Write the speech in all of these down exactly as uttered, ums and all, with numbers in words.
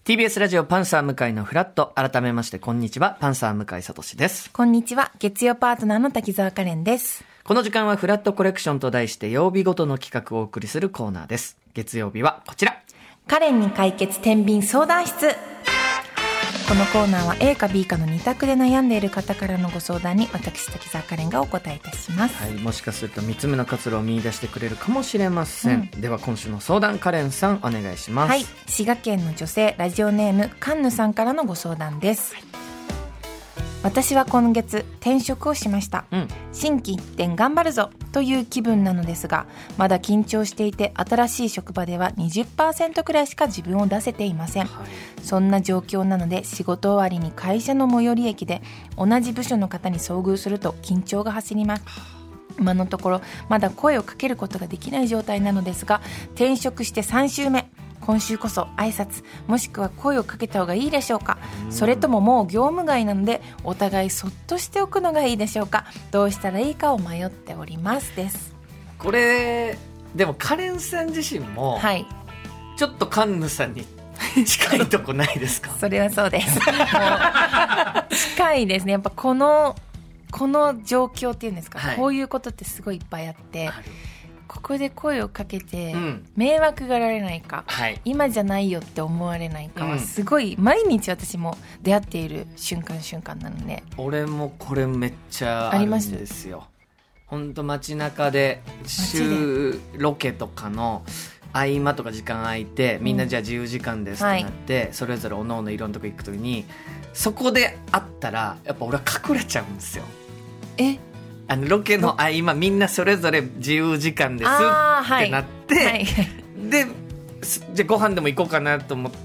ティービーエス ラジオパンサー向井のフラット。改めましてこんにちは、パンサー向井聡です。 こんにちは、月曜パートナーの滝沢カレンです。 この時間はフラットコレクションと題して曜日ごとの企画をお送りするコーナーです。月曜日はこちら、 カレンに解決天秤相談室。このコーナーは A か B かのに択で悩んでいる方からのご相談に私滝沢カレンがお答えいたします。 はい、もしかするとみっつめの活路を見出してくれるかもしれません、うん、では今週の相談、カレンさんお願いします。 はい、滋賀県の女性ラジオネームカンヌさんからのご相談です。はい、私は今月転職をしました、うん、心機一転頑張るぞという気分なのですが、まだ緊張していて新しい職場では にじゅっパーセント くらいしか自分を出せていません。はい、そんな状況なので仕事終わりに会社の最寄り駅で同じ部署の方に遭遇すると緊張が走ります。今のところまだ声をかけることができない状態なのですが、転職してさん週目、今週こそ挨拶もしくは声をかけた方がいいでしょうか。それとももう業務外なのでお互いそっとしておくのがいいでしょうか。どうしたらいいかを迷っておりますです。 これでもカレンさん自身も、はい、ちょっとカンヌさんに近いとこないですか？ それはそうです近いですね。やっぱこのこの状況っていうんですか、はい、こういうことってすごいいっぱいあって、ある。ここで声をかけて迷惑がられないか、うん、今じゃないよって思われないかはすごい毎日私も出会っている瞬間瞬間なので。 俺もこれめっちゃあるんですよ。本当街中で週ロケとかの合間とか時間空いて、みんなじゃあ自由時間ですってなって、うん、それぞれおのおのいろんなとこ行くときにそこで会ったらやっぱ俺は隠れちゃうんですよ。 えあのロケの合間みんなそれぞれ自由時間ですってなって、はいはい、でじゃあご飯でも行こうかなと思って、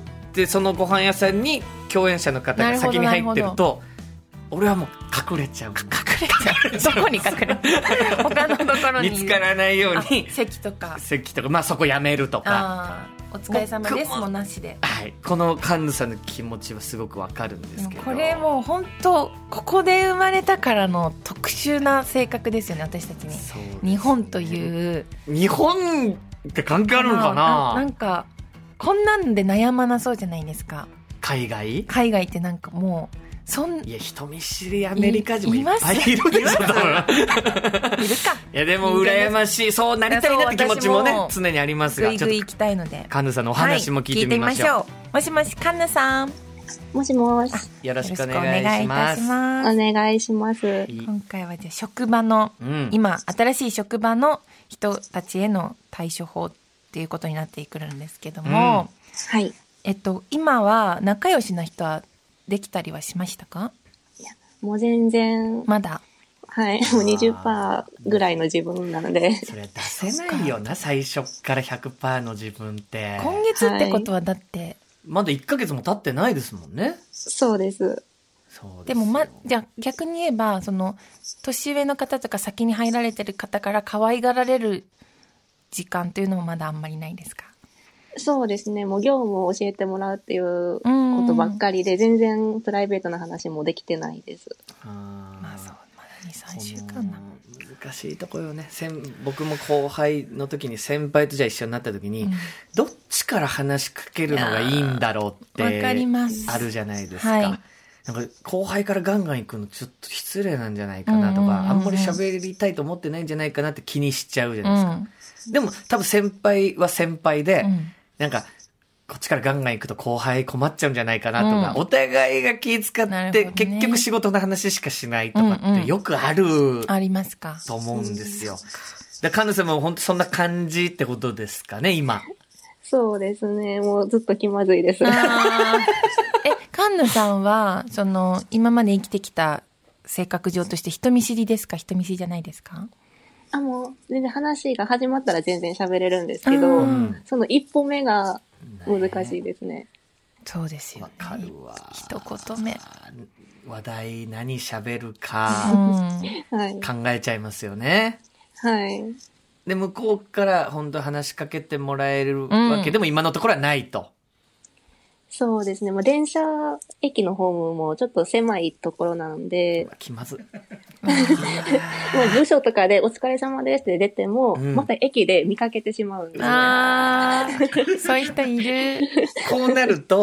そのご飯屋さんに共演者の方が先に入ってると俺はもう隠れちゃう。 隠れちゃう。どこに隠れる他のところに見つからないように席とか席とか、まあそこやめるとか、 お疲れ様ですもなしで、 はい、このカンヌさんの気持ちはすごくわかるんですけど、 これもう本当ここで生まれたからの特殊な性格ですよね、私たちに。そうですね、日本という日本って関係あるのかな。 な, なんかこんなんで悩まなそうじゃないですか。 海外海外ってなんかもうそんいや人見知りアメリカ人もいっぱいいるでしょ。いるか。いやでも羨ましい、そうなりたいなって気持ちもね常にありますが、 ぐいぐい行きたいのでカンヌさんのお話も聞いてみましょう。はい、聞いてみましょう。もしもしカンヌさん。 もしもし。 よろしくお願いします。 お願いします。 今回はじゃあ職場の、うん、今新しい職場の人たちへの対処法っていうことになってくるんですけども、 うん、はい。 えっと今は仲良しな人はできたりはしましたか？ いやもう全然まだ、 はい、もう にじゅっパーセント ぐらいの自分なので。 それ出せないよな最初から ひゃくパーセント の自分って。 今月ってことはだって、はい、 まだいっかげつも経ってないですもんね。 そうです。 そうです。でも、ま、じゃあ逆に言えばその年上の方とか先に入られてる方から可愛がられる時間というのもまだあんまりないですか？ そうですね、もう業務を教えてもらうっていうことばっかりで、全然プライベートな話もできてないです。 あ、 まあそう、まだ にさんしゅうかんな。 難しいところよね。僕も後輩の時に先輩とじゃあ一緒になった時に、うん、どっちから話しかけるのがいいんだろうってあるじゃないですか。はい、なんか後輩からガンガン行くのちょっと失礼なんじゃないかなとか、うんうんうんうん、あんまり喋りたいと思ってないんじゃないかなって気にしちゃうじゃないですか。うん、でも多分先輩は先輩で、うんなんかこっちからガンガン行くと後輩困っちゃうんじゃないかなとか、うん、お互いが気遣って、ね、結局仕事の話しかしないとかってよくある、うんうん、 ありますかと思うんですよ。だカンヌさんも本当そんな感じってことですかね今。 そうですね、もうずっと気まずいです。えカンヌさんはその今まで生きてきた性格上として人見知りですか、人見知りじゃないですか？ あ、もう全然話が始まったら全然喋れるんですけど、うん、その一歩目が難しいですね。 そうですよね。 わかるわ。 一言目。 話題何喋るか、 うんはい、 考えちゃいますよね。 はい。 で向こうから本当話しかけてもらえるわけでも今のところはないと。 そうですね。もう電車、駅のホームもちょっと狭いところなんで。 気まず。 もう部署とかでお疲れ様ですって出ても、うん、また駅で見かけてしまうんですよ。 ああ、そういう人いる。 こうなると、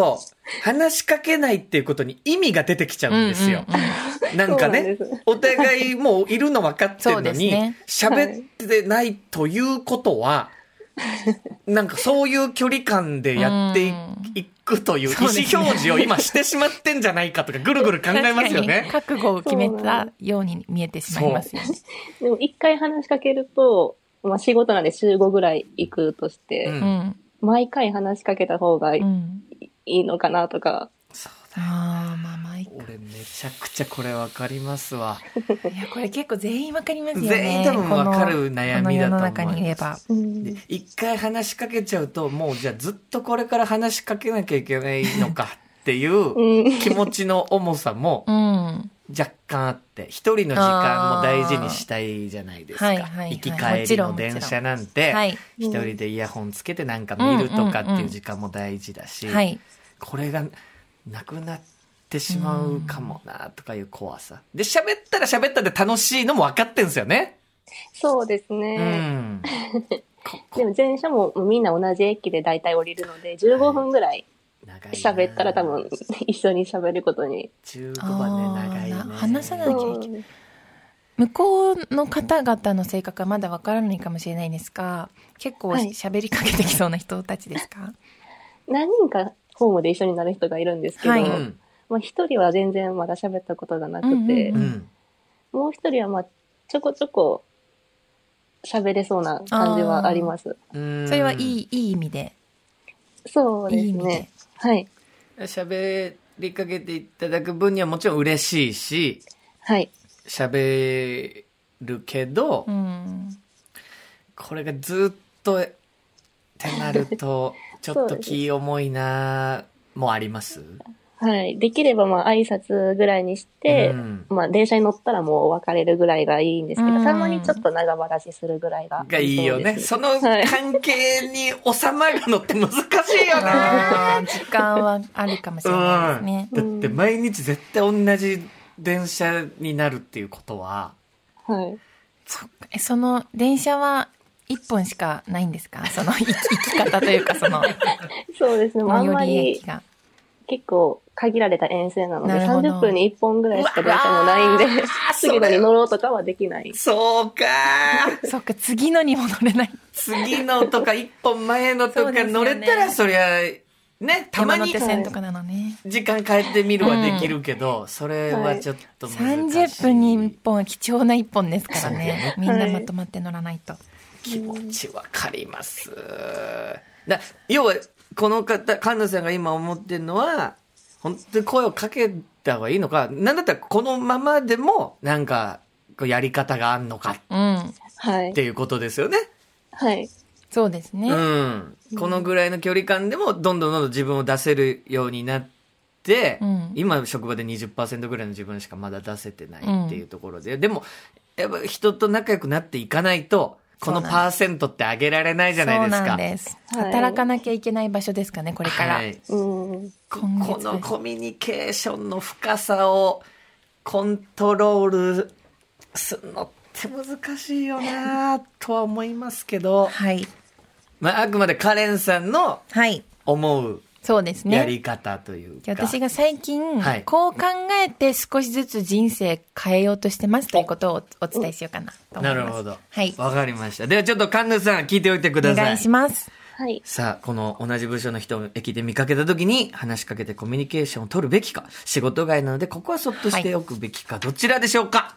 話しかけないっていうことに意味が出てきちゃうんですよ。うんうんうん、なんかね、お互いもういるの分かってるのに、喋、ね、ってないということは、なんかそういう距離感でやっていくという意思表示を今してしまってんじゃないかとかぐるぐる考えますよね。 覚悟を決めたように見えてしまいますよね。 でも一回話しかけると、まあ仕事なんで週ごぐらい行くとして、うん、毎回話しかけた方がいい、うん、いいのかなとか。 そうだよ。あまあ毎回。俺めちゃくちゃこれわかりますわ。 いやこれ結構全員わかりますよね。 全員多分わかる悩みだと思う。この世の中にいれば。 で一回話しかけちゃうともうじゃあずっとこれから話しかけなきゃいけないのかっていう気持ちの重さも若干あって、一人の時間も大事にしたいじゃないですか。はいはいはい、行き帰りの電車なんて一人でイヤホンつけてなんか見るとかっていう時間も大事だし、はい、これがなくなってしまうかもなとかいう怖さで、喋ったら喋ったで楽しいのも分かってんすよね。 そうですね、うん、でも電車もみんな同じ駅で大体降りるのでじゅうごふんぐらい喋ったら多分一緒に喋ることに。 じゅうごばんね、長いね。 話さなきゃいけない。向こうの方々の性格はまだ分からないかもしれないんですが、結構喋りかけてきそうな人たちですか？はい、 何人かホームで一緒になる人がいるんですけど、はい、まあ一人は全然まだ喋ったことがなくて、うんうん、もう一人はまあちょこちょこ喋れそうな感じはあります。 それはいい、いい意味で。 そうですね。いい意味で。はい。 喋りかけていただく分にはもちろん嬉しいし、 はい。 喋るけど、うん、これがずっとってなるとちょっと気重いなもあります。 はい。できればまあ挨拶ぐらいにして、うん、まあ電車に乗ったらもう別れるぐらいがいいんですけど、うん、たまにちょっと長話するぐらいが。 がいいよね。その関係に収まるのって難しいよね。 はい、時間はあるかもしれないですね。 うん、だって毎日絶対同じ電車になるっていうことは。 はい。 そ、その電車は一本しかないんですか？その生き方というかその。 そうですね。最寄り駅が。結構限られた沿線なのでさんじゅっぷんにいっぽんぐらいしか電車もないんで次のに乗ろうとかはできない。 そうかそうか、次のにも乗れない。 次のとかいっぽんまえのとか乗れたらそりゃね、たまに山手線とかなのね、 時間変えてみるはできるけど、うん、それはちょっと難しい、 さんじゅっぷんにいっぽんは貴重ないっぽんですからね。みんなまとまって乗らないと、はい、 気持ちわかります。だ要はこの方、神野さんが今思ってるのは、本当に声をかけた方がいいのか、なんだったらこのままでも、なんか、やり方があんのか、うん、っていうことですよね。 はい。 そうですね。 うん。このぐらいの距離感でも、どんどんどんどん自分を出せるようになって、うん、今、職場で にじゅっパーセント ぐらいの自分しかまだ出せてないっていうところで、うん、でも、やっぱ人と仲良くなっていかないと、このパーセントって上げられないじゃないですか。 そうなんです。働かなきゃいけない場所ですかね、これから。はい、 うん、 こ, このコミュニケーションの深さをコントロールするのって難しいよなとは思いますけど、 はい。 まあ、あくまでカレンさんの思う、 そうですね、 やり方というか。 私が最近、はい、こう考えて少しずつ人生変えようとしてますということをお伝えしようかなと思います。 なるほど。 はい。 わかりました。ではちょっとカンヌさん聞いておいてください。 お願いします。 はい。 さあ、この同じ部署の人を駅で見かけたときに話しかけてコミュニケーションを取るべきか、仕事外なのでここはそっとしておくべきか、はい、どちらでしょうか？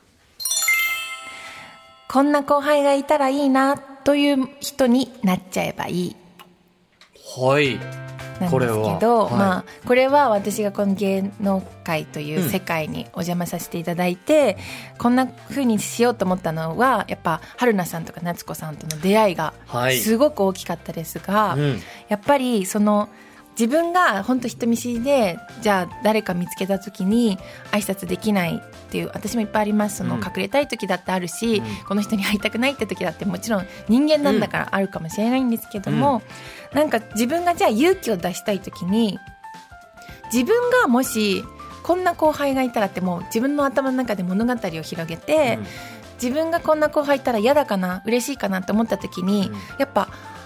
こんな後輩がいたらいいなという人になっちゃえばいい。 はい。 なんですけど、はい、まあこれは私がこの芸能界という世界にお邪魔させていただいて、うん、こんな風にしようと思ったのはやっぱ春菜さんとか夏子さんとの出会いがすごく大きかったですが、はい、うん、やっぱりその自分が本当人見知りで、じゃあ誰か見つけた時に挨拶できないっていう私もいっぱいあります。その隠れたい時だってあるし、うん、この人に会いたくないって時だってもちろん人間なんだからあるかもしれないんですけども、うん、なんか自分がじゃあ勇気を出したい時に、自分がもしこんな後輩がいたらってもう自分の頭の中で物語を広げて、うん、自分がこんな後輩いたら嫌だかな嬉しいかなって思った時に、うん、やっぱあい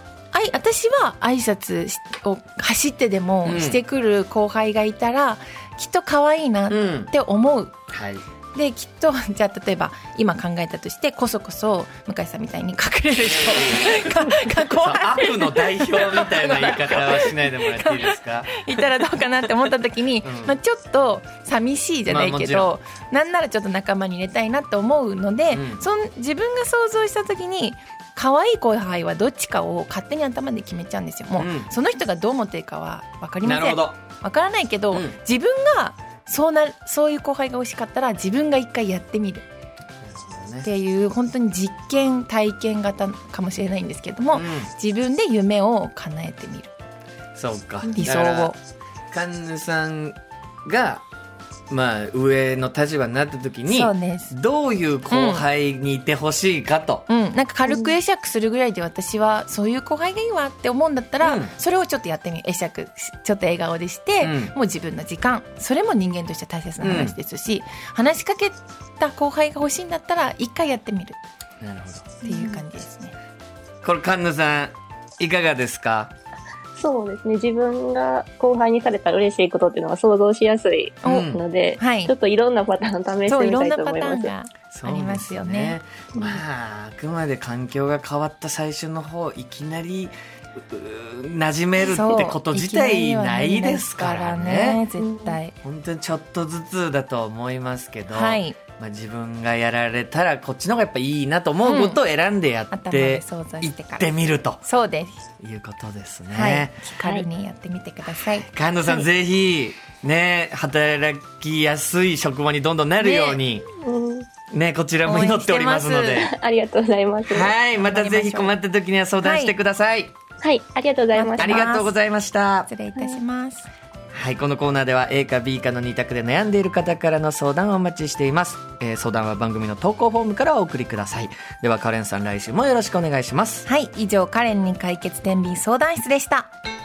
私は挨拶を走ってでもしてくる後輩がいたら、うん、きっと可愛いなって思う、うん、はい、できっとじゃあ例えば今考えたとしてこそこそ向井さんみたいに隠れる人か悪の代表みたいな言い方はしないでもらっていいですかいたらどうかなって思った時に、うん、まあ、ちょっと寂しいじゃないけど、まあ、なんならちょっと仲間に入れたいなって思うので、うん、そん自分が想像した時に可愛い後輩はどっちかを勝手に頭で決めちゃうんですよ。もう、うん、その人がどう思ってるかは分かりません。なるほど、分からないけど、うん、自分がそうなそういう後輩が欲しかったら自分が一回やってみるっていう本当に実験体験型かもしれないんですけども、うん、自分で夢を叶えてみる。 そうか、 理想をカンヌさんがまあ、上の立場になった時にどういう後輩にいてほしいかと、 うんうん、なんか軽く会釈するぐらいで私はそういう後輩がいいわって思うんだったら、うん、それをちょっとやってみる。会釈ちょっと笑顔でして、うん、もう自分の時間、それも人間として大切な話ですし、うん、話しかけた後輩が欲しいんだったら一回やってみる。 なるほどっていう感じですね。 これカンヌさんいかがですか？ そうですね、自分が後輩にされたら嬉しいことっていうのは想像しやすいので、うん、はい、ちょっといろんなパターン試してみたいと思います。そう、いろんなパターンがありますよね。 まあ、あくまで環境が変わった最初の方、いきなり馴染めるってこと自体ないですからね。 絶対本当にちょっとずつだと思いますけど、 はい、 まあ、自分がやられたらこっちの方がやっぱいいなと思うことを選んでやっていってみると、 うん、そうですいうことですね。 はい、気軽にやってみてください。 菅野さん、はい、ぜひね、働きやすい職場にどんどんなるように、ねね、こちらも祈っておりますのでありがとうございます。 はい、またぜひ困った時には相談してください。 はい、はい、ありがとうございました。 ありがとうございました。 失礼いたします。 はい、このコーナーでは A か B かのに択で悩んでいる方からの相談をお待ちしています、えー、相談は番組の投稿フォームからお送りください。ではカレンさん、来週もよろしくお願いします。 はい、以上カレンに解決天秤相談室でした。